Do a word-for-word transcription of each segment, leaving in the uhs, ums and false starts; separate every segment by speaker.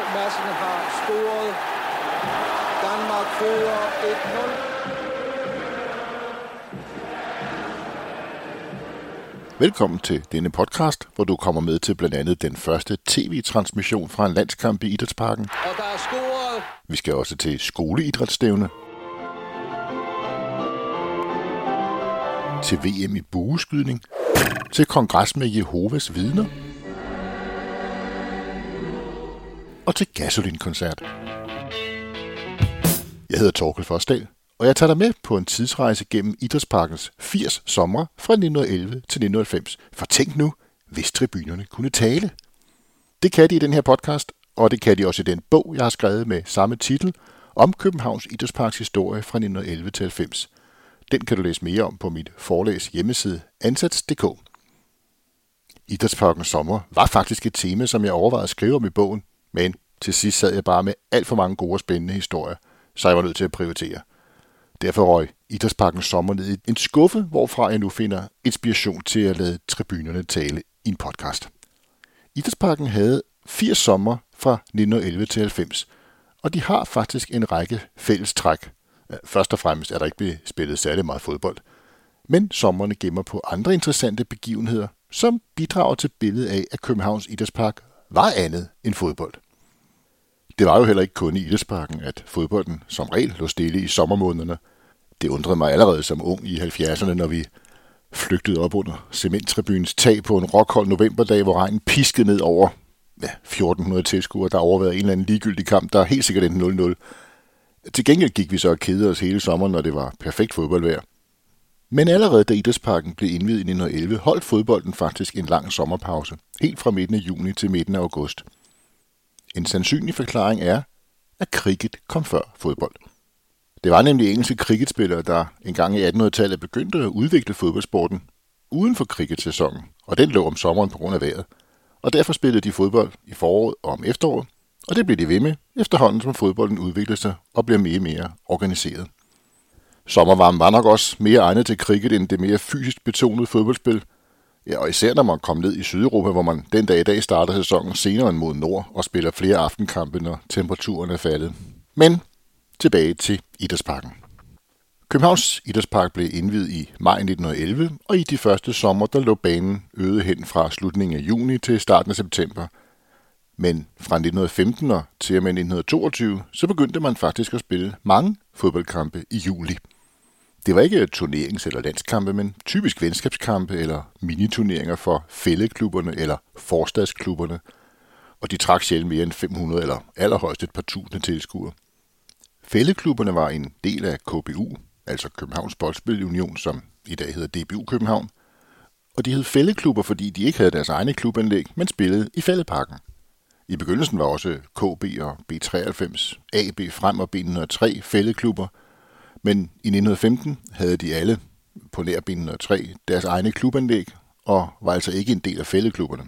Speaker 1: Madsen har scoret. Danmark fører et nul.
Speaker 2: Velkommen til denne podcast, hvor du kommer med til blandt andet den første tv-transmission fra en landskamp i Idrætsparken.
Speaker 1: Og der er scoret.
Speaker 2: Vi skal også til skoleidrætsstævne, til V M i bueskydning, til kongres med Jehovas vidner og til Gasolin-koncert. Jeg hedder Torkel Forsdal, og jeg tager dig med på en tidsrejse gennem Idrætsparkens firs somre fra nitten elleve til nitten halvfems. For tænk nu, hvis tribunerne kunne tale. Det kan de i den her podcast, og det kan de også i den bog, jeg har skrevet med samme titel, om Københavns Idrætsparks historie fra nitten elleve til halvfems. Den kan du læse mere om på mit forlægs hjemmeside ansats punktum d k. Idrætsparkens sommer var faktisk et tema, som jeg overvejede at skrive om i bogen, men til sidst sad jeg bare med alt for mange gode og spændende historier, så jeg var nødt til at prioritere. Derfor røg Idrætsparkens sommer ned i en skuffe, hvorfra jeg nu finder inspiration til at lade tribunerne tale i en podcast. Idrætsparken havde firs sommer fra nitten elleve til halvfems, og de har faktisk en række fælles træk. Først og fremmest er der ikke blevet spillet særlig meget fodbold, men sommerne gemmer på andre interessante begivenheder, som bidrager til billedet af, at Københavns Idrætspark var andet end fodbold. Det var jo heller ikke kun i Idrætsparken, at fodbolden som regel lå stille i sommermånederne. Det undrede mig allerede som ung i halvfjerdserne, når vi flygtede op under cementtribunens tag på en rockhold novemberdag, hvor regnen piskede ned over ja, fjorten hundrede tilskuere, der overvejede en eller anden ligegyldig kamp, der er helt sikkert endte nul nul. Til gengæld gik vi så og kedede os hele sommeren, når det var perfekt fodboldvejr. Men allerede da Idrætsparken blev indviet i nitten elleve, holdt fodbolden faktisk en lang sommerpause, helt fra midten af juni til midten af august. En sandsynlig forklaring er, at cricket kom før fodbold. Det var nemlig engelske cricketspillere, der engang i attenhundredetallet begyndte at udvikle fodboldsporten uden for cricketsæsonen, og den lå om sommeren på grund af vejret. Og derfor spillede de fodbold i foråret og om efteråret, og det blev de ved med, efterhånden som fodbolden udviklede sig og blev mere og mere organiseret. Sommervarmen var nok også mere egnet til cricket end det mere fysisk betonede fodboldspil. Ja, og især når man kom ned i Sydeuropa, hvor man den dag i dag starter sæsonen senere end mod nord og spiller flere aftenkampe, når temperaturen er faldet. Men tilbage til Idrætsparken. Københavns Idrætspark blev indviet i maj nitten elleve, og i de første sommer der lå banen øde hen fra slutningen af juni til starten af september. Men fra nitten femten og til og med nitten toogtyve, så begyndte man faktisk at spille mange fodboldkampe i juli. Det var ikke turnerings- eller landskampe, men typisk venskabskampe eller miniturneringer for fælleklubberne eller forstadsklubberne, og de trak sjældent mere end fem hundrede eller allerhøjst et par tusinde tilskuere. Fælleklubberne var en del af K B U, altså Københavns Boldspilunion, som i dag hedder D B U København, og de hed fælleklubber, fordi de ikke havde deres egne klubanlæg, men spillede i fældeparken. I begyndelsen var også K B og B treoghalvfems, A B Frem og B et nul tre fældeklubber, men i nitten femten havde de alle på nær B et nul tre deres egne klubanlæg og var altså ikke en del af fælleklubberne.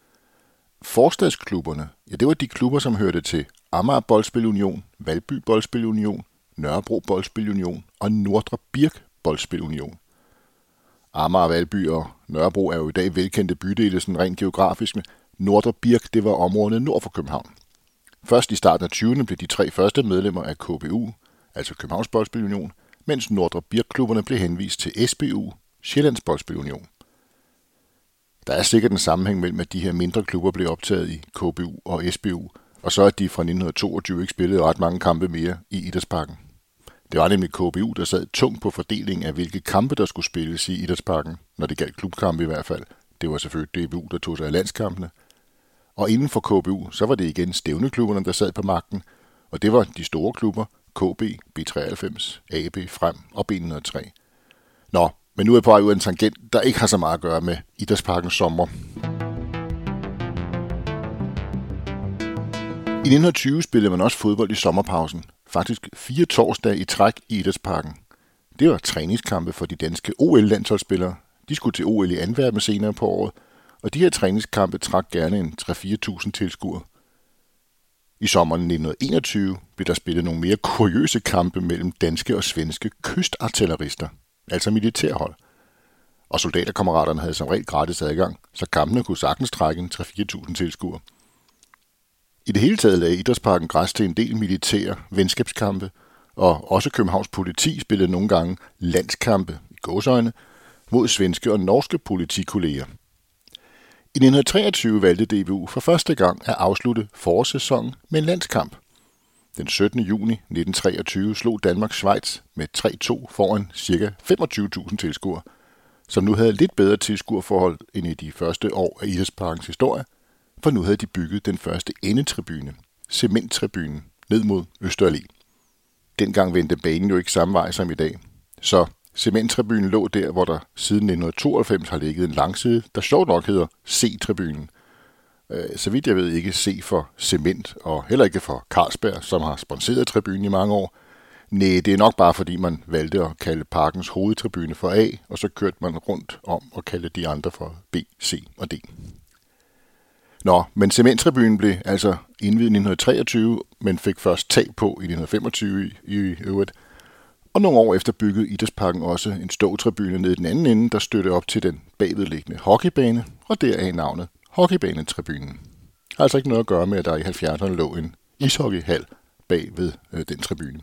Speaker 2: Forstadsklubberne, ja, det var de klubber, som hørte til Amager Boldspilunion, Valby Boldspilunion, Nørrebro Boldspilunion og Nordre Birk Boldspilunion. Amager, Valby og Nørrebro er jo i dag velkendte bydele, sådan rent geografisk. Nordre Birk, det var området nord for København. Først i starten af tyverne blev de tre første medlemmer af K B U, altså Københavns Boldspilunion, mens Nordre Birk-klubberne blev henvist til S B U, Sjællands Boldspilunion. Der er sikkert en sammenhæng mellem, at de her mindre klubber blev optaget i K B U og S B U, og så at de fra nitten toogtyve ikke spillede ret mange kampe mere i Idrætsparken. Det var nemlig K B U, der sad tungt på fordelingen af, hvilke kampe, der skulle spilles i Idrætsparken, når det galt klubkampe i hvert fald. Det var selvfølgelig D B U, der tog sig af landskampene. Og inden for K B U, så var det igen stævneklubberne, der sad på magten, og det var de store klubber, K B, B treoghalvfems, A B Frem og B et nul tre. Nå, men nu er jeg på vej ud af en tangent, der ikke har så meget at gøre med Idrætsparkens sommer. I nitten tyve spillede man også fodbold i sommerpausen. Faktisk fire torsdage i træk i Idrætsparken. Det var træningskampe for de danske O L-landsholdsspillere. De skulle til O L i Antwerpen senere på året, og de her træningskampe trak gerne en tre til fire tusind tilskuere. I sommeren nitten enogtyve blev der spillet nogle mere kuriøse kampe mellem danske og svenske kystartillerister, altså militærhold. Og soldaterkammeraterne havde som regel gratis adgang, så kampene kunne sagtens trække en tre til fire tusind tilskuere. I det hele taget lagde Idrætsparken græs til en del militære venskabskampe, og også Københavns politi spillede nogle gange landskampe i gåseøjne mod svenske og norske politikolleger. I nitten treogtyve valgte D B U for første gang at afslutte forårssæsonen med en landskamp. Den syttende juni nitten treogtyve slog Danmark Schweiz med tre to foran ca. femogtyve tusind tilskuere, som nu havde lidt bedre tilskuerforhold end i de første år af Idrætsparkens historie, for nu havde de bygget den første endetribune, cementtribunen, ned mod Øster Allé. Dengang vendte banen jo ikke samme vej som i dag, så cementtribunen lå der, hvor der siden nitten tooghalvfems har ligget en langside, der sjovt nok hedder C-tribunen. Så vidt jeg ved ikke C for cement, og heller ikke for Carlsberg, som har sponsoreret tribunen i mange år. Næh, det er nok bare fordi man valgte at kalde parkens hovedtribune for A, og så kørte man rundt om at kalde de andre for B, C og D. Nå, men cementtribunen blev altså indviet i nitten treogtyve, men fik først tag på i nitten femogtyve i, i øvrigt. Og nogle år efter byggede Idrætsparken også en ståtribune nede i den anden ende, der støttede op til den bagvedliggende hockeybane, og deraf navnet Hockeybanetribunen. Altså ikke noget at gøre med, at der i halvfjerdserne lå en ishockeyhal bag ved øh, den tribune.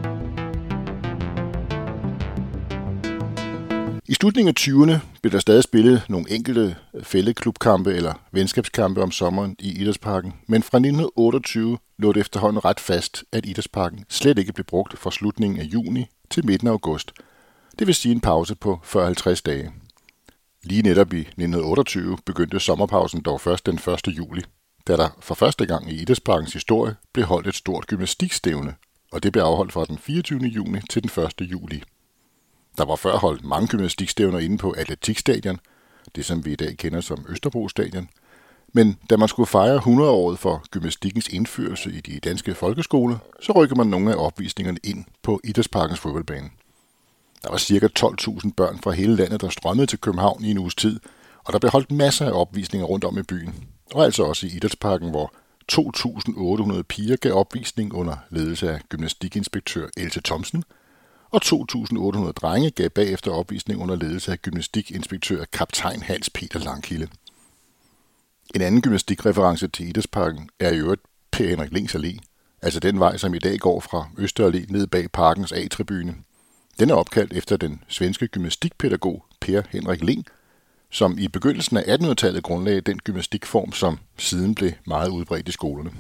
Speaker 2: I slutningen af tyverne blev der stadig spillet nogle enkelte fældeklubkampe eller venskabskampe om sommeren i Idrætsparken, men fra nitten otteogtyve lå det efterhånden ret fast, at Idrætsparken slet ikke blev brugt fra slutningen af juni til midten af august. Det vil sige en pause på fyrre til halvtreds dage. Lige netop i nitten otteogtyve begyndte sommerpausen dog først den første juli, da der for første gang i Idrætsparkens historie blev holdt et stort gymnastikstævne, og det blev afholdt fra den fireogtyvende juni til den første juli. Der var før holdt mange gymnastikstævner inde på Atletikstadion, det som vi i dag kender som Østerbro Stadion. Men da man skulle fejre hundrede-året for gymnastikkens indførelse i de danske folkeskoler, så rykkede man nogle af opvisningerne ind på Idrætsparkens fodboldbane. Der var ca. tolv tusind børn fra hele landet, der strømmede til København i en uges tid, og der blev holdt masser af opvisninger rundt om i byen. Og altså også i Idrætsparken, hvor to tusind otte hundrede piger gav opvisning under ledelse af gymnastikinspektør Else Thomsen, og to tusind otte hundrede drenge gav bagefter opvisning under ledelse af gymnastikinspektør kaptajn Hans Peter Langkilde. En anden gymnastikreference til Idrætsparken er i øvrigt Per Henrik Lings Allé, altså den vej, som i dag går fra Øster Allé ned bag parkens A-tribune. Den er opkaldt efter den svenske gymnastikpædagog Per Henrik Ling, som i begyndelsen af attenhundredetallet grundlagde den gymnastikform, som siden blev meget udbredt i skolerne.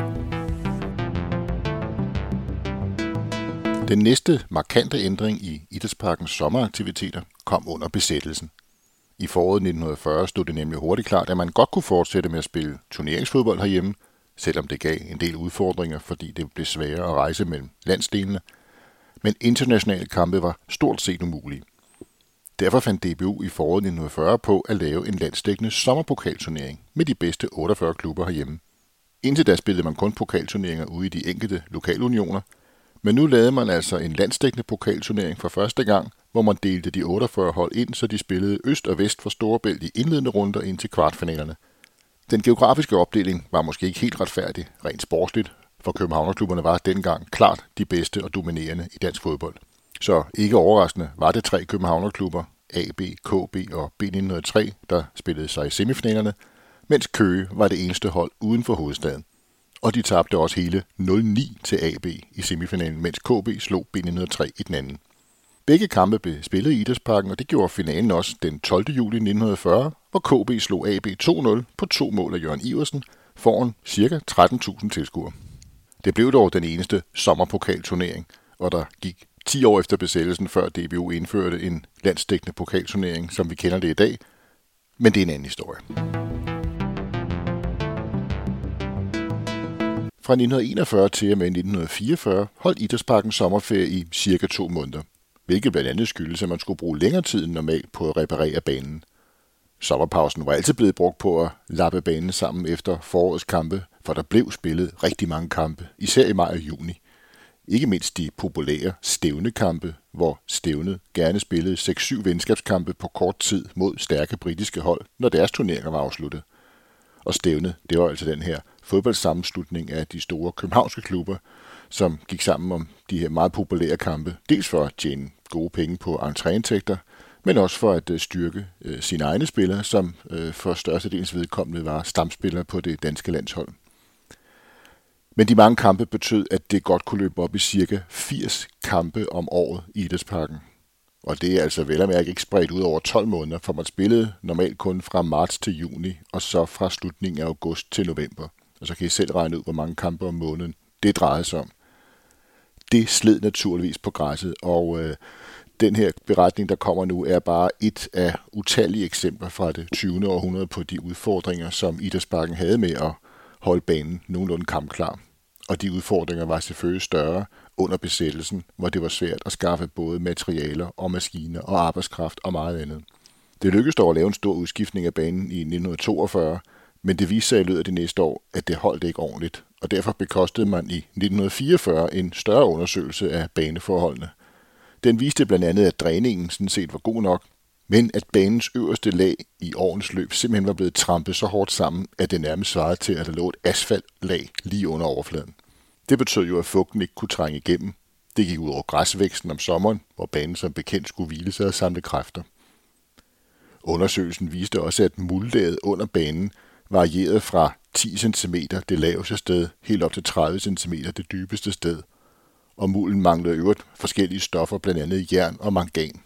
Speaker 2: Den næste markante ændring i Idrætsparkens sommeraktiviteter kom under besættelsen. I foråret nitten fyrre stod det nemlig hurtigt klart, at man godt kunne fortsætte med at spille turneringsfodbold herhjemme, selvom det gav en del udfordringer, fordi det blev sværere at rejse mellem landsdelene. Men internationale kampe var stort set umulige. Derfor fandt D B U i foråret nitten fyrre på at lave en landsdækkende sommerpokalturnering med de bedste otteogfyrre klubber herhjemme. Indtil da spillede man kun pokalturneringer ude i de enkelte lokalunioner, men nu lavede man altså en landsdækkende pokalturnering for første gang, hvor man delte de otteogfyrre hold ind, så de spillede øst og vest for Storebælt i indledende runder ind til kvartfinalerne. Den geografiske opdeling var måske ikke helt retfærdig, rent sportsligt, for københavnerklubberne var dengang klart de bedste og dominerende i dansk fodbold. Så ikke overraskende var det tre københavnerklubber, A B, K B og B nitten nul tre, der spillede sig i semifinalerne, mens Køge var det eneste hold uden for hovedstaden. Og de tabte også hele nul ni til A B i semifinalen, mens K B slog B nitten nul tre i den anden. Begge kampe blev spillet i Idrætsparken, og det gjorde finalen også den tolvte juli nitten fyrre, hvor K B slog A B to nul på to mål af Jørgen Iversen foran ca. tretten tusind tilskuere. Det blev dog den eneste sommerpokalturnering, og der gik ti år efter besættelsen, før D B U indførte en landsdækkende pokalturnering, som vi kender det i dag, men det er en anden historie. Fra nitten enogfyrre til og med nitten fireogfyrre holdt Idrætsparken sommerferie i cirka to måneder, hvilket blandt andet skyldes, at man skulle bruge længere tid end normalt på at reparere banen. Sommerpausen var altid blevet brugt på at lappe banen sammen efter forårets kampe, for der blev spillet rigtig mange kampe, især i maj og juni. Ikke mindst de populære stævnekampe, hvor stævnet gerne spillede seks syv venskabskampe på kort tid mod stærke britiske hold, når deres turneringer var afsluttet. Og stævnet, det var altså den her fodboldsammenslutning af de store københavnske klubber, som gik sammen om de her meget populære kampe, dels for at tjene gode penge på entréindtægter, men også for at styrke øh, sine egne spillere, som øh, for størstedels vedkommende var stamspillere på det danske landshold. Men de mange kampe betød, at det godt kunne løbe op i cirka firs kampe om året i Idrætsparken. Og det er altså vel at mærke ikke spredt ud over tolv måneder, for man spillede normalt kun fra marts til juni, og så fra slutningen af august til november. Og så kan I selv regne ud, hvor mange kampe om måneden det drejede sig om. Det sled naturligvis på græsset, og øh, den her beretning, der kommer nu, er bare et af utallige eksempler fra det tyvende århundrede på de udfordringer, som Idrætsparken havde med at holde banen nogenlunde kampklar. Og de udfordringer var selvfølgelig større under besættelsen, hvor det var svært at skaffe både materialer og maskiner og arbejdskraft og meget andet. Det lykkedes dog at lave en stor udskiftning af banen i nitten toogfyrre, men det viste sig i løbet af det næste år, at det holdt ikke ordentligt, og derfor bekostede man i nitten fireogfyrre en større undersøgelse af baneforholdene. Den viste blandt andet, at dræningen sådan set var god nok, men at banens øverste lag i årens løb simpelthen var blevet trampet så hårdt sammen, at det nærmest svarede til, at der lå et asfaltlag lige under overfladen. Det betød jo, at fugten ikke kunne trænge igennem. Det gik ud over græsvæksten om sommeren, hvor banen som bekendt skulle hvile sig og samle kræfter. Undersøgelsen viste også, at muldlaget under banen varierede fra ti centimeter det laveste sted helt op til tredive centimeter det dybeste sted, og mulden manglede øvrigt forskellige stoffer, blandt andet jern og mangan.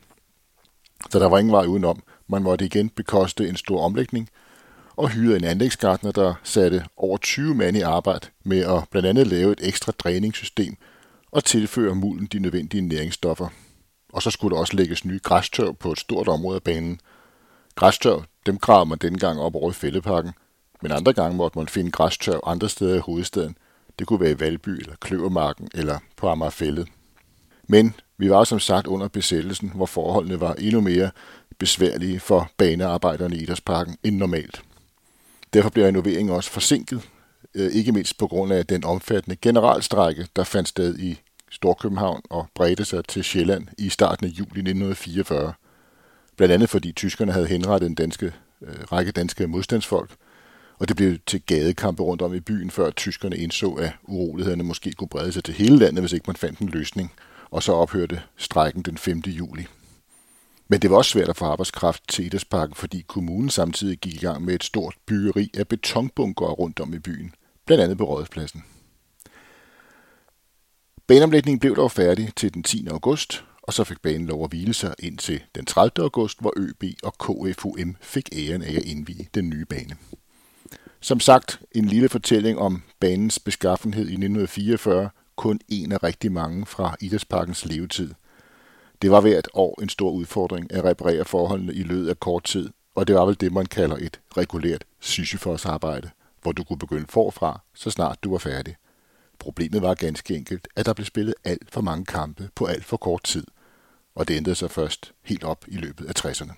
Speaker 2: Så der var ingen vej udenom. Man måtte igen bekoste en stor omlægning og hyrede en anlægsgartner, der satte over tyve mand i arbejde med at blandt andet lave et ekstra dræningssystem og tilføre mulden de nødvendige næringsstoffer. Og så skulle der også lægges nye græstørv på et stort område af banen. Græstørv, dem gravede man dengang op over i Fælledparken, men andre gange måtte man finde græstørv andre steder i hovedstaden. Det kunne være i Valby eller Kløvermarken eller på Amagerfællet. Men vi var som sagt under besættelsen, hvor forholdene var endnu mere besværlige for banearbejderne i Idrætsparken end normalt. Derfor blev renoveringen også forsinket, ikke mindst på grund af den omfattende generalstrejke, der fandt sted i Storkøbenhavn og bredte sig til Sjælland i starten af juli nitten fireogfyrre. Blandt andet fordi tyskerne havde henrettet en danske, øh, række danske modstandsfolk, og det blev til gadekampe rundt om i byen, før tyskerne indså, at urolighederne måske kunne brede sig til hele landet, hvis ikke man fandt en løsning, og så ophørte strejken den femte juli. Men det var også svært at få arbejdskraft til Idrætsparken, fordi kommunen samtidig gik i gang med et stort byggeri af betonbunker rundt om i byen, blandt andet på Rådhuspladsen. Baneomlægningen blev dog færdig til den tiende august, og så fik banen lov at hvile sig indtil den tredivte august, hvor ØB og K F U M fik æren af at indvie den nye bane. Som sagt, en lille fortælling om banens beskaffenhed i nitten fireogfyrre, kun en af rigtig mange fra Idrætsparkens levetid. Det var hvert år en stor udfordring at reparere forholdene i løbet af kort tid, og det var vel det, man kalder et regulært Sisyfos-arbejde, hvor du kunne begynde forfra, så snart du var færdig. Problemet var ganske enkelt, at der blev spillet alt for mange kampe på alt for kort tid, og det ændrede sig først helt op i løbet af tresserne.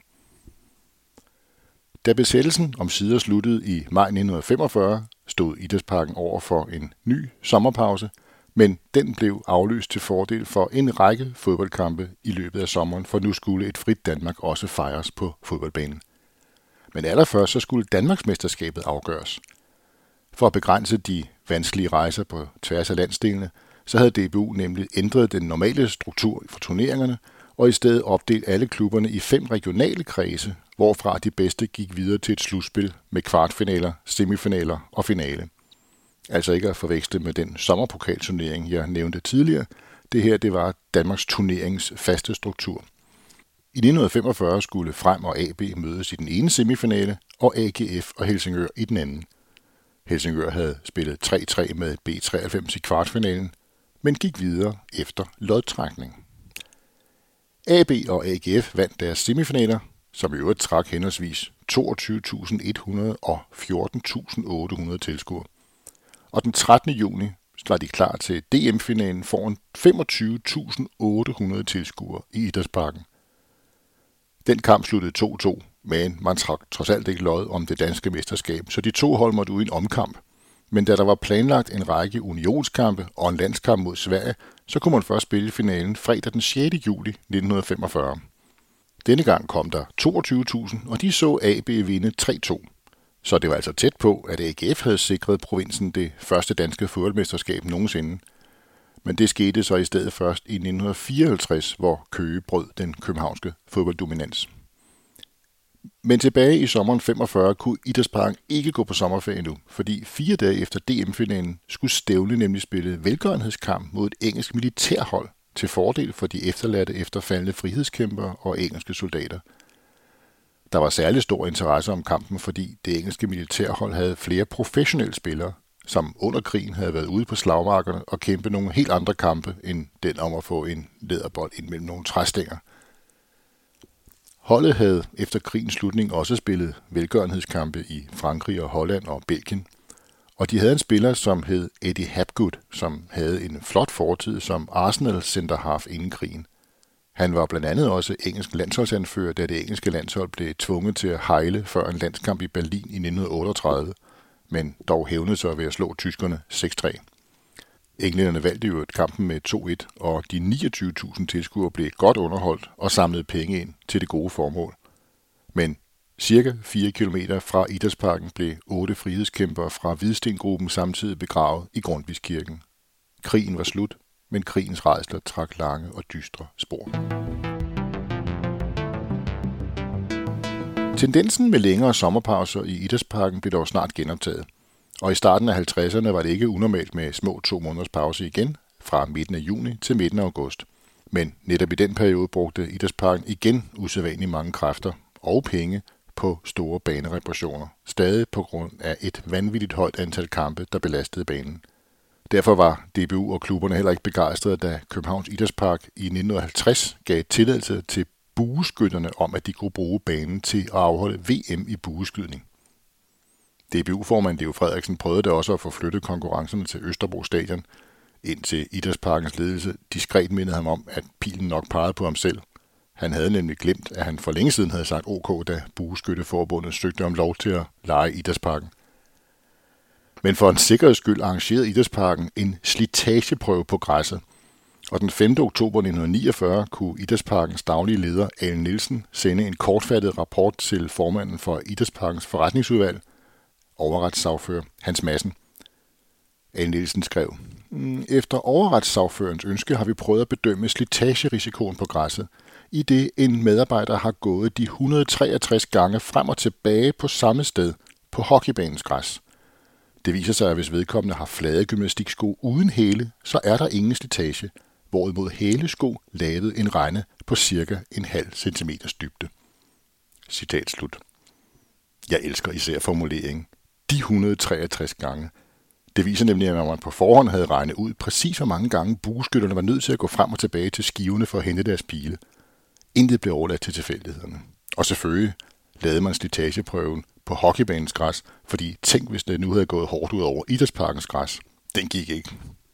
Speaker 2: Da besættelsen omsider sluttede i maj nitten femogfyrre, stod Idrætsparken over for en ny sommerpause, men den blev aflyst til fordel for en række fodboldkampe i løbet af sommeren, for nu skulle et frit Danmark også fejres på fodboldbanen. Men allerførst så skulle Danmarksmesterskabet afgøres. For at begrænse de vanskelige rejser på tværs af landsdelene, så havde D B U nemlig ændret den normale struktur for turneringerne, og i stedet opdelt alle klubberne i fem regionale kredse, hvorfra de bedste gik videre til et slutspil med kvartfinaler, semifinaler og finale. Altså ikke at forveksle med den sommerpokalturnering, jeg nævnte tidligere. Det her, det var Danmarks turneringens faste struktur. I nitten femogfyrre skulle Frem og A B mødes i den ene semifinale, og A G F og Helsingør i den anden. Helsingør havde spillet tre tre med B treoghalvfems i kvartfinalen, men gik videre efter lodtrækning. A B og A G F vandt deres semifinaler, som i øvrigt trak henholdsvis toogtyve tusind et hundrede og fjorten tusind otte hundrede tilskuere. Og den trettende juni var de klar til D M-finalen foran femogtyve tusind otte hundrede tilskuere i Idrætsparken. Den kamp sluttede to to, men man trak trods alt ikke lod om det danske mesterskab, så de to hold måtte ud i en omkamp. Men da der var planlagt en række unionskampe og en landskamp mod Sverige, så kunne man først spille finalen fredag den sjette juli nitten femogfyrre. Denne gang kom der toogtyve tusind, og de så A B vinde tre to. Så det var altså tæt på, at A G F havde sikret provinsen det første danske fodboldmesterskab nogensinde. Men det skete så i stedet først i nitten fireoghalvtreds, hvor Køge brød den københavnske fodbolddominans. Men tilbage i sommeren femogfyrre kunne Idrætsparken ikke gå på sommerferie nu, fordi fire dage efter D M-finalen skulle Stævne nemlig spille velgørenhedskamp mod et engelsk militærhold til fordel for de efterladte efter faldne frihedskæmpere og engelske soldater. Der var særlig stor interesse om kampen, fordi det engelske militærhold havde flere professionelle spillere, som under krigen havde været ude på slagmarkerne og kæmpe nogle helt andre kampe end den om at få en læderbold ind mellem nogle træstænger. Holdet havde efter krigens slutning også spillet velgørenhedskampe i Frankrig og Holland og Belgien, og de havde en spiller, som hed Eddie Hapgood, som havde en flot fortid som Arsenal centerhalf inden krigen. Han var blandt andet også engelsk landsholdsanfører, da det engelske landshold blev tvunget til at hejle før en landskamp i Berlin i nitten otteogtredive, men dog hævnede sig ved at slå tyskerne seks tre. Englænderne valgte jo et kampen med to et, og de niogtyve tusind tilskuere blev godt underholdt og samlede penge ind til det gode formål. Men cirka fire kilometer fra Idrætsparken blev otte frihedskæmpere fra Hvidstengruppen samtidig begravet i Grundtvigskirken. Krigen var slut, men krigens rædsler trak lange og dystre spor. Tendensen med længere sommerpauser i Idrætsparken blev dog snart genoptaget. Og i starten af halvtredserne var det ikke unormalt med små to måneders pause igen, fra midten af juni til midten af august. Men netop i den periode brugte Idrætsparken igen usædvanligt mange kræfter og penge på store banereparationer, stadig på grund af et vanvittigt højt antal kampe, der belastede banen. Derfor var D B U og klubberne heller ikke begejstrede, da Københavns Idrætspark i nitten halvtreds gav tilladelse til bueskytterne om, at de kunne bruge banen til at afholde V M i bueskydning. D B U-formand Leo Frederiksen prøvede da også at få flyttet konkurrencerne til Østerbro Stadion, indtil Idrætsparkens ledelse diskret mindede ham om, at pilen nok pegede på ham selv. Han havde nemlig glemt, at han for længe siden havde sagt OK, da Bueskytteforbundet søgte om lov til at leje Idrætsparken. Men for en sikkerheds skyld arrangerede Idrætsparken en slitageprøve på græsset, og den femte oktober nitten niogfyrre kunne Idrætsparkens daglige leder, Alen Nielsen, sende en kortfattet rapport til formanden for Idrætsparkens forretningsudvalg, overretssagfører Hans Madsen. Alen Nielsen skrev: Efter overretssagførens ønske har vi prøvet at bedømme slitagerisikoen på græsset, i det en medarbejder har gået de et hundrede og treogtres gange frem og tilbage på samme sted på hockeybanens græs. Det viser sig, at hvis vedkommende har flade gymnastiksko uden hæle, så er der ingen slitage, hvorimod hælesko lavede en rende på cirka en halv centimeters dybde. Citat slut. Jeg elsker især formuleringen de et hundrede og treogtres gange. Det viser nemlig, at man på forhånd havde regnet ud præcis hvor mange gange bueskytterne var nødt til at gå frem og tilbage til skiverne for at hente deres pile. Intet blev overladt til tilfældighederne. Og selvfølgelig lavede man slitageprøven på hockeybanens græs, fordi tænk, hvis det nu havde gået hårdt ud over Idrætsparkens græs. Den gik ikke.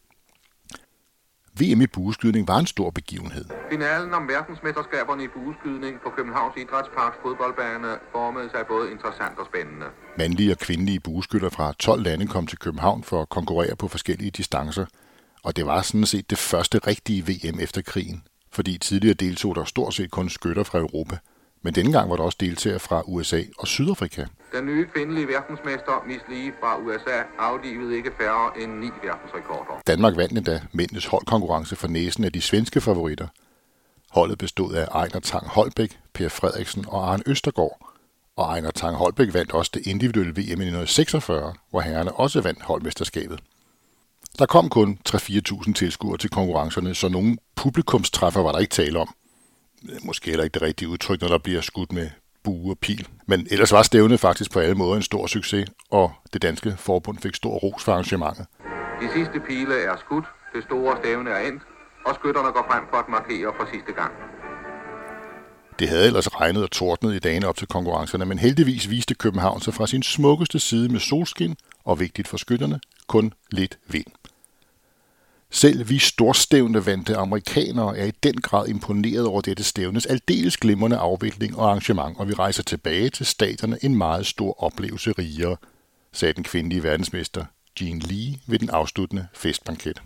Speaker 2: V M i bueskydning var en stor begivenhed.
Speaker 3: Finalen om verdensmesterskaberne i bueskydning på Københavns Idrætsparks fodboldbane formede sig både interessant og spændende.
Speaker 2: Mandlige og kvindelige bueskytter fra tolv lande kom til København for at konkurrere på forskellige distancer, og det var sådan set det første rigtige V M efter krigen, fordi tidligere deltog der stort set kun skytter fra Europa. Men denne gang var der også deltagere fra U S A og Sydafrika.
Speaker 3: Den nye kvindelige verdensmester, Miss Lee fra U S A, aflivede ikke færre end ni verdensrekorder.
Speaker 2: Danmark vandt endda mændenes holdkonkurrence for næsen af de svenske favoritter. Holdet bestod af Ejner Tang Holbæk, Per Frederiksen og Arne Østergaard. Og Ejner Tang Holbæk vandt også det individuelle V M i nitten seksogfyrre, hvor herrerne også vandt holdmesterskabet. Der kom kun tre til fire tusind tilskuere til konkurrencerne, så nogle publikumstræffer var der ikke tale om. Måske heller ikke det rigtige udtryk, når der bliver skudt med bue og pil. Men ellers var stævnet faktisk på alle måder en stor succes, og det danske forbund fik stor ros for arrangementet.
Speaker 3: De sidste pile er skudt, det store stævne er endt, og skytterne går frem for at markere for sidste gang.
Speaker 2: Det havde ellers regnet og tordnet i dagene op til konkurrencerne, men heldigvis viste København sig fra sin smukkeste side med solskin, og vigtigt for skytterne, kun lidt vind. Selv vi storstævne vante amerikanere er i den grad imponeret over dette stævnes aldeles glimrende afvikling og arrangement, og vi rejser tilbage til stadierne en meget stor oplevelse rigere, sagde den kvindelige verdensmester Jean Lee ved den afsluttende festbanket.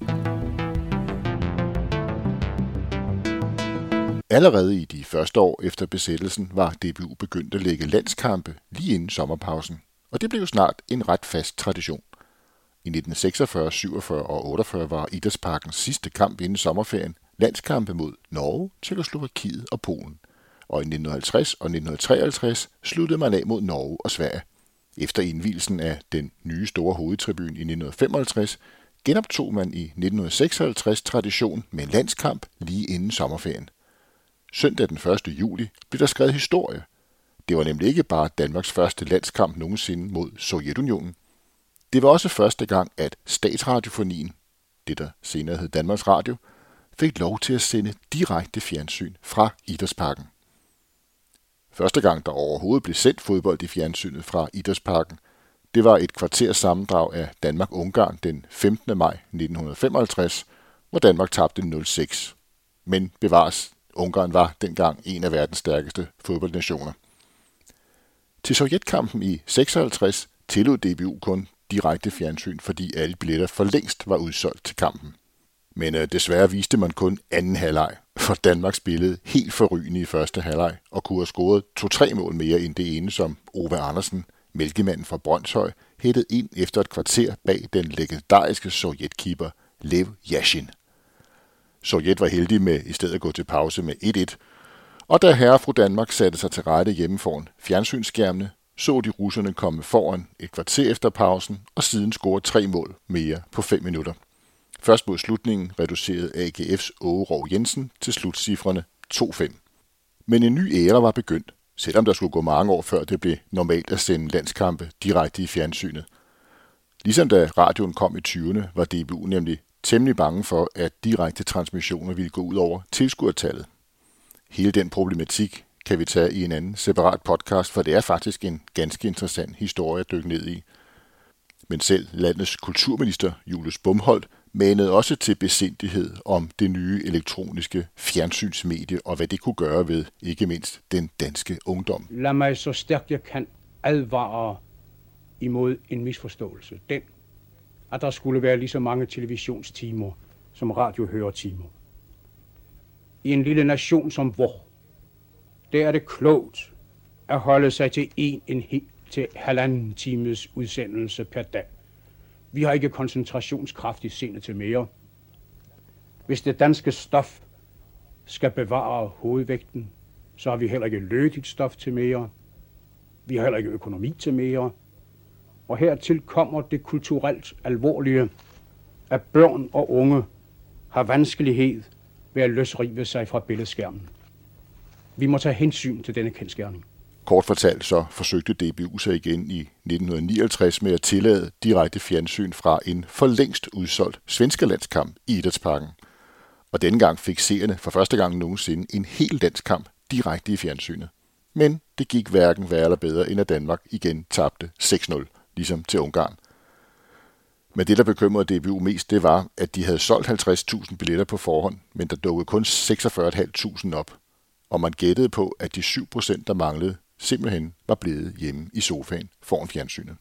Speaker 2: Allerede i de første år efter besættelsen var D B U begyndt at lægge landskampe lige inden sommerpausen, og det blev snart en ret fast tradition. I nitten seksogfyrre, syvogfyrre og otteogfyrre var Idrætsparkens sidste kamp inden sommerferien landskampe mod Norge, Tjekkoslovakiet og Polen. og i nitten halvtreds og nitten treoghalvtreds sluttede man af mod Norge og Sverige. Efter indvielsen af den nye store hovedtribune i nitten femoghalvtreds genoptog man i nitten seksoghalvtreds tradition med en landskamp lige inden sommerferien. Søndag den første juli blev der skrevet historie. Det var nemlig ikke bare Danmarks første landskamp nogensinde mod Sovjetunionen. Det var også første gang, at Statsradiofonien, det der senere hed Danmarks Radio, fik lov til at sende direkte fjernsyn fra Idrætsparken. Første gang, der overhovedet blev sendt fodbold i fjernsynet fra Idrætsparken, det var et kvarters sammendrag af Danmark-Ungarn den femtende maj nitten femoghalvtreds, hvor Danmark tabte nul seks. Men bevares, Ungarn var dengang en af verdens stærkeste fodboldnationer. Til Sovjetkampen i seksoghalvtreds tillod D B U kun direkte fjernsyn, fordi alle billetter for længst var udsolgt til kampen. Men øh, desværre viste man kun anden halvleg, for Danmark spillede helt forrygende i første halvleg og kunne have scoret to-tre mål mere end det ene, som Ove Andersen, mælkemanden fra Brønshøj, hættede ind efter et kvarter bag den legendariske sovjetkeeper Lev Yashin. Sovjet var heldig med i stedet at gå til pause med et et, og da herre og fru Danmark satte sig til rette hjemme foran fjernsynsskærmene, så de russerne komme foran et kvarter efter pausen og siden score tre mål mere på fem minutter. Først mod slutningen reducerede A G F's Åge Rov Jensen til slutcifrene to fem. Men en ny æra var begyndt, selvom der skulle gå mange år før det blev normalt at sende landskampe direkte i fjernsynet. Ligesom da radioen kom i tyverne, var D B U nemlig temmelig bange for, at direkte transmissioner ville gå ud over tilskuertallet. Hele den problematik kan vi tage i en anden separat podcast, for det er faktisk en ganske interessant historie at dykke ned i. Men selv landets kulturminister, Julius Bomholt, manede også til besindighed om det nye elektroniske fjernsynsmedie og hvad det kunne gøre ved ikke mindst den danske ungdom.
Speaker 4: Lad mig så stærkt jeg kan advare imod en misforståelse. Den, at der skulle være lige så mange televisionstimer som radiohøretimer. I en lille nation som vor, der er det klogt at holde sig til en, en hel til halvanden times udsendelse per dag. Vi har ikke koncentrationskraft i sindet til mere. Hvis det danske stof skal bevare hovedvægten, så har vi heller ikke lødigt stof til mere. Vi har heller ikke økonomi til mere. Og hertil kommer det kulturelt alvorlige, at børn og unge har vanskelighed ved at løsrive sig fra billedskærmen. Vi må tage hensyn til denne kendsgerning.
Speaker 2: Kort fortalt så forsøgte D B U sig igen i nitten nioghalvtreds med at tillade direkte fjernsyn fra en for længst udsolgt svenskerlandskamp i Idrætsparken. Og denne gang fik seerne for første gang nogensinde en hel landskamp direkte i fjernsynet. Men det gik hverken værre eller bedre, end at Danmark igen tabte seks nul, ligesom til Ungarn. Men det, der bekymrede D B U mest, det var, at de havde solgt halvtreds tusind billetter på forhånd, men der dukkede kun seksogfyrre tusind fem hundrede op. Og man gættede på, at de syv procent, der manglede, simpelthen var blevet hjemme i sofaen foran fjernsynet.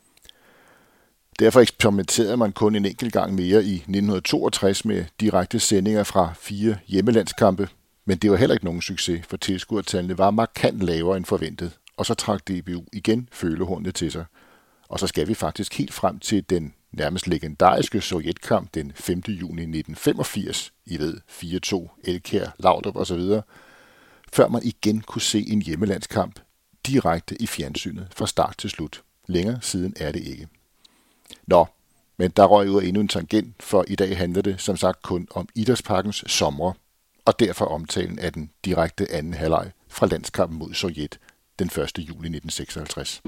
Speaker 2: Derfor eksperimenterede man kun en enkelt gang mere i nitten toogtres med direkte sendinger fra fire hjemmelandskampe, men det var heller ikke nogen succes, for tilskuertallene var markant lavere end forventet, og så trak D B U igen følehornene til sig. Og så skal vi faktisk helt frem til den nærmest legendariske sovjetkamp den femte juni nitten femogfirs, I ved fire to, Elkjær, Laudrup osv., før man igen kunne se en hjemmelandskamp direkte i fjernsynet fra start til slut. Længere siden er det ikke. Nå, men der røg ud af endnu en tangent, for i dag handler det som sagt kun om Idrætsparkens somre, og derfor omtalen af den direkte anden halvleg fra landskampen mod Sovjet den første juli nitten seksoghalvtreds.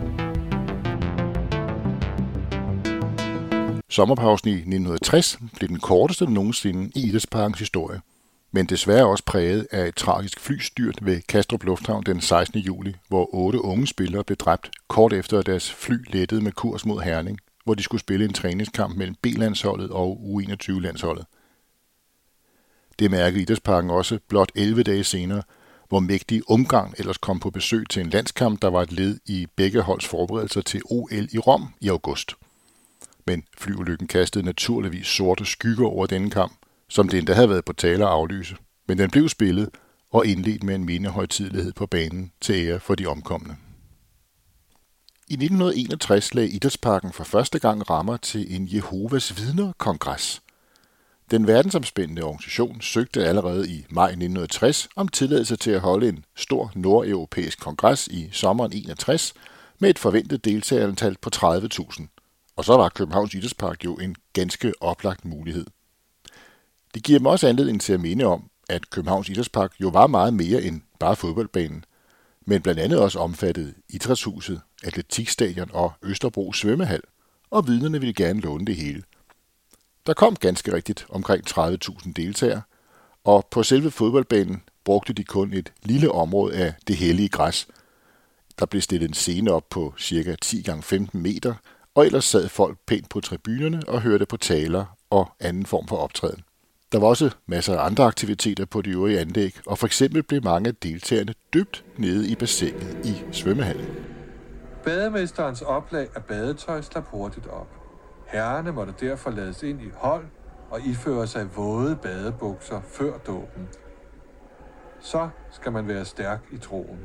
Speaker 2: Sommerpausen i nitten tres blev den korteste nogensinde i Idrætsparkens historie, men desværre også præget af et tragisk flystyrt ved Kastrup Lufthavn den sekstende juli, hvor otte unge spillere blev dræbt kort efter, at deres fly lettede med kurs mod Herning, hvor de skulle spille en træningskamp mellem B-landsholdet og U enogtyve-landsholdet. Det mærkede Idrætsparken også blot elleve dage senere, hvor mægtig Ungarn ellers kom på besøg til en landskamp, der var et led i begge holds forberedelser til O L i Rom i august. Men flyulykken kastede naturligvis sorte skygger over denne kamp, som det endda havde været på tale at aflyse, men den blev spillet og indledt med en mindehøjtidelighed på banen til ære for de omkomne. I nitten enogtres lagde Idrætsparken for første gang rammer til en Jehovas vidner-kongres. Den verdensomspændende organisation søgte allerede i maj nitten tres om tilladelse til at holde en stor nordeuropæisk kongres i sommeren enogtres med et forventet deltagerantal på tredive tusind. Og så var Københavns Idrætspark jo en ganske oplagt mulighed. Det giver dem også anledning til at minde om, at Københavns Idrætspark jo var meget mere end bare fodboldbanen, men blandt andet også omfattede Idrætshuset, Atletikstadion og Østerbro svømmehal, og vidnerne ville gerne låne det hele. Der kom ganske rigtigt omkring tredive tusind deltagere, og på selve fodboldbanen brugte de kun et lille område af det hellige græs. Der blev stillet en scene op på cirka ti gange femten meter, og ellers sad folk pænt på tribunerne og hørte på taler og anden form for optræden. Der var også masser af andre aktiviteter på de øvrige anlæg, og for eksempel blev mange af deltagerne dybt nede i bassinet i svømmehallen.
Speaker 5: Bademesterens oplag af badetøj slap hurtigt op. Herrerne måtte derfor lades ind i hold og iføre sig våde badebukser før dåben. Så skal man være stærk i troen.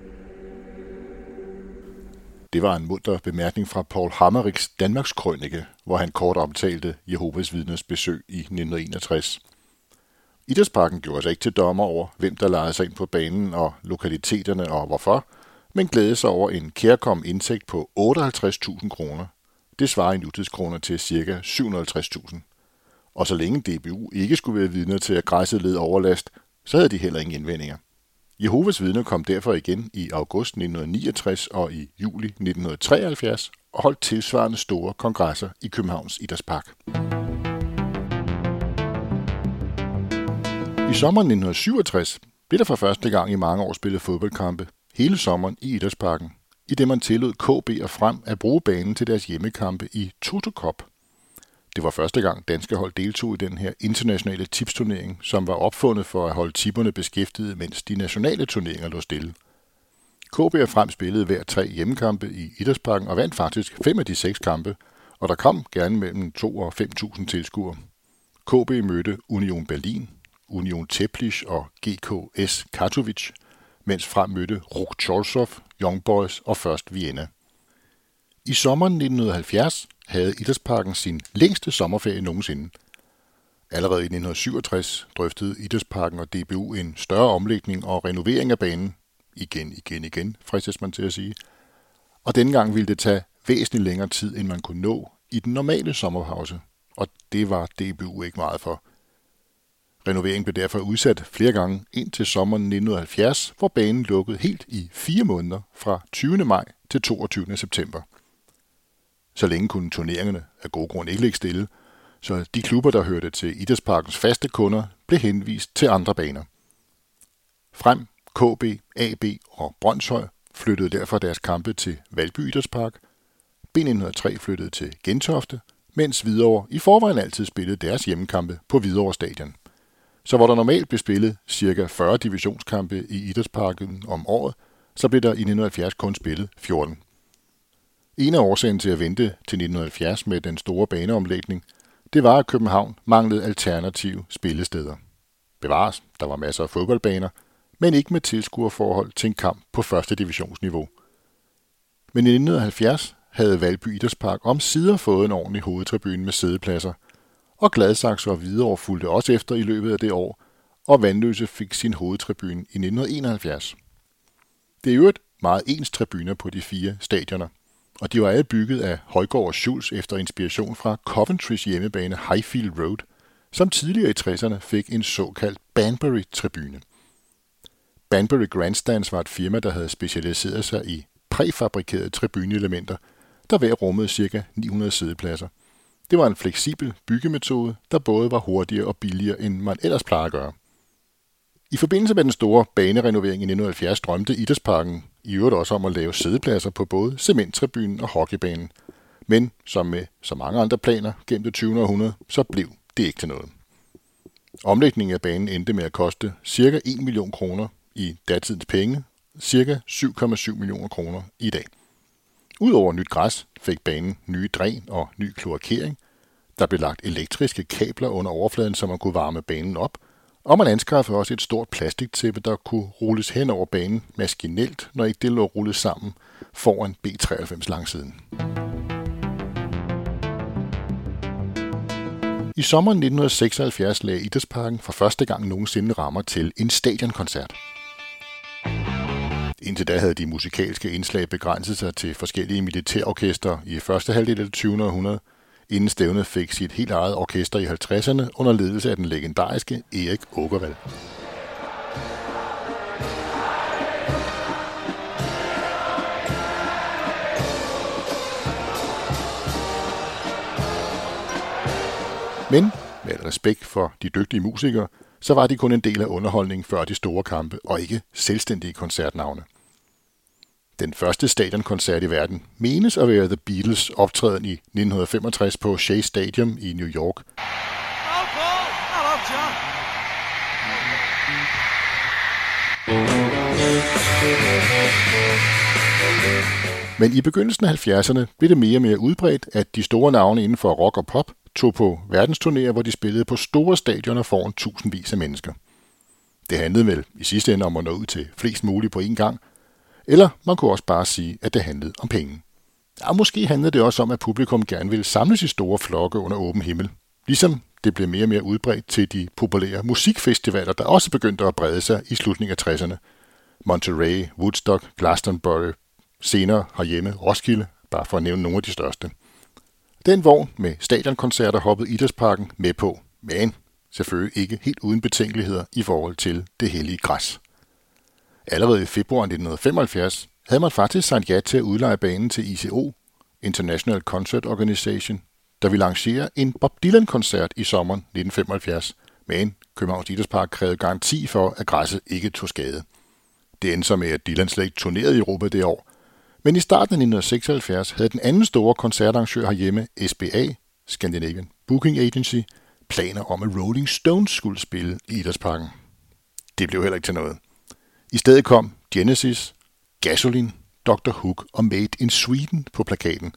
Speaker 2: Det var en munter bemærkning fra Paul Hammerichs Danmarks Krønike, hvor han kort omtalte Jehovas vidners besøg i nitten enogtres. Idrætsparken gjorde sig ikke til dommer over, hvem der lejede sig ind på banen og lokaliteterne og hvorfor, men glædede sig over en kærkommen indtægt på otteoghalvtreds tusind kroner. Det svarer i nutidskroner til ca. syv hundrede og halvtreds tusind. Og så længe D B U ikke skulle være vidner til, at græsset led overlast, så havde de heller ingen indvendinger. Jehovas vidner kom derfor igen i august nitten niogtres og i juli nitten treoghalvfjerds og holdt tilsvarende store kongresser i Københavns Idrætspark. I sommeren nitten syvogtres blev der for første gang i mange år spillet fodboldkampe hele sommeren i Idrætsparken, i det man tillod K B og Frem at bruge banen til deres hjemmekampe i Toto Cup. Det var første gang danske hold deltog i den her internationale tipsturnering, som var opfundet for at holde tipperne beskæftiget, mens de nationale turneringer lå stille. K B og Frem spillede hver tre hjemmekampe i Idrætsparken og vandt faktisk fem af de seks kampe, og der kom gerne mellem to og fem tusind tilskuere. K B mødte Union Berlin, Union Teplice og G K S Katowice, mens Frem mødte Ruch Chorzów, Young Boys og først Vienna. I sommeren nitten halvfjerds havde Idrætsparken sin længste sommerferie nogensinde. Allerede i nitten syvogtres drøftede Idrætsparken og D B U en større omlægning og renovering af banen. Igen, igen, igen, fristes man til at sige. Og denne gang ville det tage væsentligt længere tid, end man kunne nå i den normale sommerpause. Og det var D B U ikke meget for. Renoveringen blev derfor udsat flere gange ind til sommeren nitten halvfjerds, hvor banen lukkede helt i fire måneder fra tyvende maj til toogtyvende september. Så længe kunne turneringerne af gode grunde ikke ligge stille, så de klubber, der hørte til Idrætsparkens faste kunder, blev henvist til andre baner. Frem, K B, A B og Brønshøj flyttede derfor deres kampe til Valby Idrætspark. B nitten hundrede og tre flyttede til Gentofte, mens Hvidovre i forvejen altid spillede deres hjemmekampe på Hvidovre Stadion. Så hvor der normalt blev spillet ca. fyrre divisionskampe i Idrætsparken om året, så blev der i nitten halvfjerds kun spillet fjorten. En af årsagen til at vente til nitten halvfjerds med den store baneomlægning, det var, at København manglede alternative spillesteder. Bevares, der var masser af fodboldbaner, men ikke med tilskuerforhold til en kamp på første divisionsniveau. Men i nitten halvfjerds havde Valby Idrætspark omsider fået en ordentlig hovedtribune med sædepladser, og Gladsaxe og Hvidovre fulgte også efter i løbet af det år, og Vanløse fik sin hovedtribune i nitten enoghalvfjerds. Det er jo et meget ens tribuner på de fire stadioner, og de var alle bygget af Højgaard og Schultz efter inspiration fra Coventrys hjemmebane Highfield Road, som tidligere i tresserne fik en såkaldt Banbury-tribune. Banbury Grandstands var et firma, der havde specialiseret sig i præfabrikerede tribuneelementer, der hver rummede ca. ni hundrede sædepladser. Det var en fleksibel byggemetode, der både var hurtigere og billigere, end man ellers plejer at gøre. I forbindelse med den store banerenovering i nitten halvfjerds drømte Idrætsparken i øvrigt også om at lave sædepladser på både cementtribunen og hockeybanen. Men som med så mange andre planer gennem det tyvende århundrede, så blev det ikke til noget. Omlægningen af banen endte med at koste ca. en million kroner i datidens penge, ca. syv komma syv millioner kroner i dag. Udover nyt græs fik banen nye dræn og ny kloakering. Der blev lagt elektriske kabler under overfladen, så man kunne varme banen op, og man anskaffede også et stort plastiktæppe, der kunne rulles hen over banen maskinelt, når ikke det lå rullet sammen foran B treoghalvfems langsiden. I sommeren nitten seksoghalvfjerds lagde Idrætsparken for første gang nogensinde rammer til en stadionkoncert. Indtil da havde de musikalske indslag begrænset sig til forskellige militærorkestre i første halvdel af det tyvende århundrede, inden stævnet fik sit helt eget orkester i halvtredserne under ledelse af den legendariske Erik Åkerwall. Men med al respekt for de dygtige musikere, så var de kun en del af underholdningen før de store kampe, og ikke selvstændige koncertnavne. Den første stadionkoncert i verden menes at være The Beatles' optræden i nitten femogtres på Shea Stadium i New York. Men i begyndelsen af halvfjerdserne blev det mere og mere udbredt, at de store navne inden for rock og pop tog på verdensturnéer, hvor de spillede på store stadioner foran tusindvis af mennesker. Det handlede vel i sidste ende om at nå ud til flest muligt på én gang, eller man kunne også bare sige, at det handlede om penge. Og måske handlede det også om, at publikum gerne ville samles i store flokke under åben himmel, ligesom det blev mere og mere udbredt til de populære musikfestivaler, der også begyndte at brede sig i slutningen af tresserne. Monterey, Woodstock, Glastonbury, senere herhjemme Roskilde, bare for at nævne nogle af de største. Den vogn med stadionkoncerter hoppede Idrætsparken med på, men selvfølgelig ikke helt uden betænkeligheder i forhold til det hellige græs. Allerede i februar nitten femoghalvfjerds havde man faktisk sagt ja til at udleje banen til I C O, International Concert Organization, der ville arrangere en Bob Dylan-koncert i sommeren nitten femoghalvfjerds, men Københavns Idrætspark krævede garanti for, at græsset ikke tog skade. Det endte så med, at Dylan slet ikke turnerede i Europa det år, men i starten af nitten seksoghalvfjerds havde den anden store koncertarrangør herhjemme, S B A, Scandinavian Booking Agency, planer om, at Rolling Stones skulle spille i Idrætsparken. Det blev heller ikke til noget. I stedet kom Genesis, Gasoline, doktor Hook og Made in Sweden på plakaten.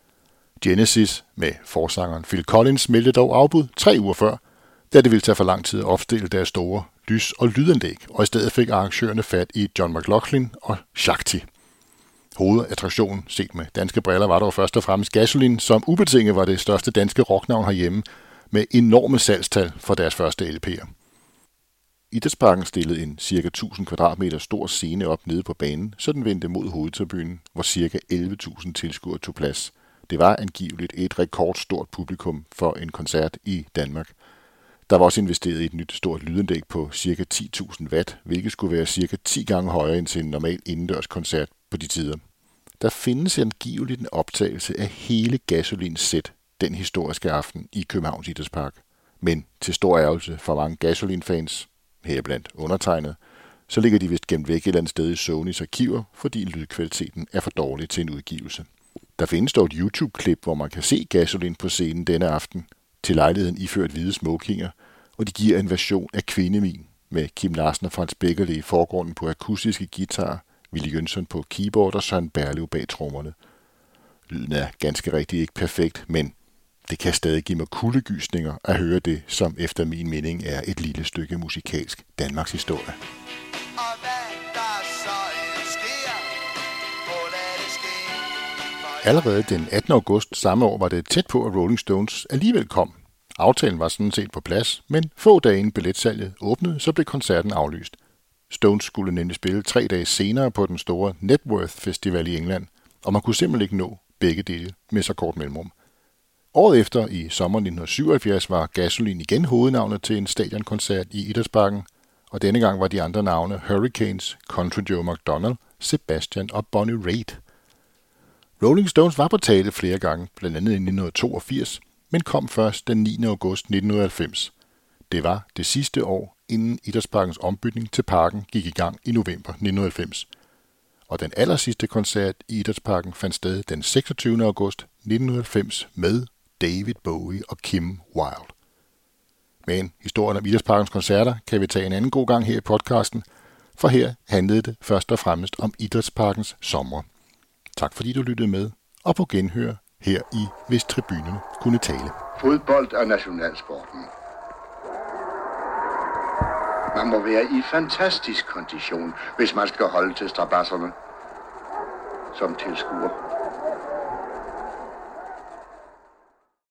Speaker 2: Genesis med forsangeren Phil Collins meldte dog afbud tre uger før, da det ville tage for lang tid at opstille deres store lys- og lydanlæg, og i stedet fik arrangørerne fat i John McLaughlin og Shakti. Hovedattraktionen, set med danske briller, var dog først og fremmest Gasoline, som ubetinget var det største danske rocknavn herhjemme, med enorme salgstal for deres første L P'er. Idrætsparken stillede en cirka tusind kvadratmeter stor scene op nede på banen, så den vendte mod hovedtribunen, hvor cirka elleve tusind tilskuere tog plads. Det var angiveligt et rekordstort publikum for en koncert i Danmark. Der var også investeret i et nyt stort lydanlæg på cirka ti tusind watt, hvilket skulle være cirka ti gange højere end til en normal indendørs koncert på de tider. Der findes angiveligt en optagelse af hele Gasolins sæt den historiske aften i Københavns Idrætspark. Men til stor ærgelse for mange Gasoline-fans, heriblandt undertegnet, så ligger de vist gemt væk et eller andet sted i Sonys arkiver, fordi lydkvaliteten er for dårlig til en udgivelse. Der findes dog et YouTube-klip, hvor man kan se Gasoline på scenen denne aften, til lejligheden iført hvide smokinger, og de giver en version af Kvindemin med Kim Larsen og Frans Beckerle i forgrunden på akustiske guitarer, Willy Jønsson på keyboard og Søren Berlev bag trommerne. Lyden er ganske rigtigt ikke perfekt, men det kan stadig give mig kuldegysninger at høre det, som efter min mening er et lille stykke musikalsk Danmarks historie. Allerede den attende august samme år var det tæt på, at Rolling Stones alligevel kom. Aftalen var sådan set på plads, men få dage inden billetsalget åbnede, så blev koncerten aflyst. Stones skulle nemlig spille tre dage senere på den store Networth Festival i England, og man kunne simpelthen ikke nå begge dele med så kort mellemrum. Året efter, i sommeren nitten syvoghalvfjerds, var Gasoline igen hovednavnet til en stadionkoncert i Idrætsparken, og denne gang var de andre navne Hurricanes, Country Joe McDonald, Sebastian og Bonnie Raitt. Rolling Stones var på tale flere gange, blandt andet i nitten toogfirs, men kom først den niende august nitten halvfems. Det var det sidste år, inden Idrætsparkens ombytning til parken gik i gang i november nitten halvfems. Og den allersidste koncert i Idrætsparken fandt sted den seksogtyvende august nitten halvfems med David Bowie og Kim Wilde. Men historien om Idrætsparkens koncerter kan vi tage en anden god gang her i podcasten, for her handlede det først og fremmest om Idrætsparkens sommer. Tak fordi du lyttede med, og på genhør her i Hvis Tribunerne kunne tale.
Speaker 6: Fodbold er nationalsporten. Man må være i fantastisk kondition, hvis man skal holde til strabadserne som tilskuer.